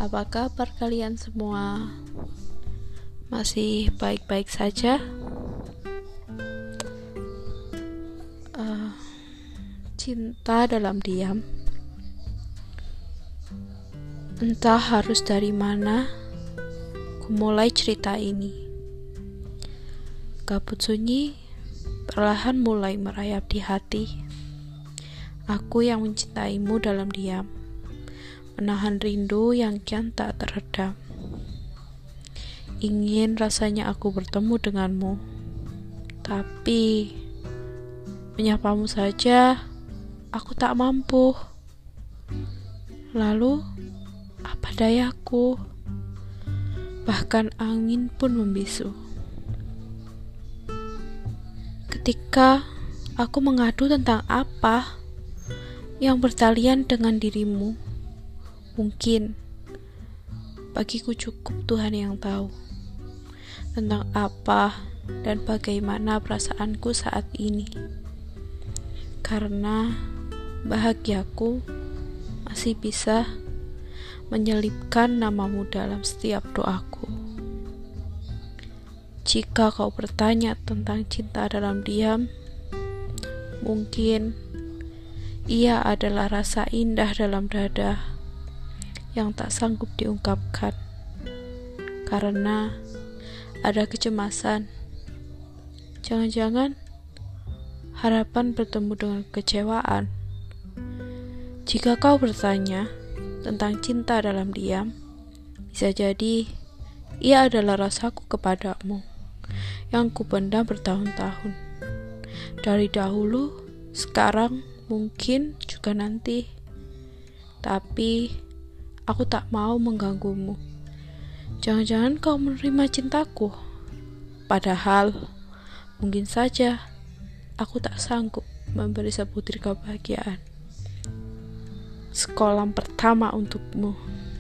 Apa kabar kalian semua? Masih baik-baik saja? Cinta dalam diam. Entah harus dari mana ku mulai cerita ini. Kabut sunyi perlahan mulai merayap di hati. Aku yang mencintaimu dalam diam, menahan rindu yang kian tak teredam. Ingin rasanya aku bertemu denganmu, tapi menyapamu saja aku tak mampu. Lalu apa dayaku? Bahkan angin pun membisu. Ketika aku mengadu tentang apa yang bertalian dengan dirimu, mungkin bagiku cukup Tuhan yang tahu tentang apa dan bagaimana perasaanku saat ini. Karena bahagiaku masih bisa menyelipkan namamu dalam setiap doaku. Jika kau bertanya tentang cinta dalam diam, mungkin ia adalah rasa indah dalam dada yang tak sanggup diungkapkan, karena ada kecemasan. Jangan-jangan harapan bertemu dengan kekecewaan. Jika kau bertanya tentang cinta dalam diam, bisa jadi ia adalah rasaku kepadamu yang kupendam bertahun-tahun. Dari dahulu, sekarang, mungkin juga nanti. Tapi aku tak mau mengganggumu. Jangan-jangan kau menerima cintaku, padahal mungkin saja aku tak sanggup memberi sebutir kebahagiaan. Sekolah pertama untukmu.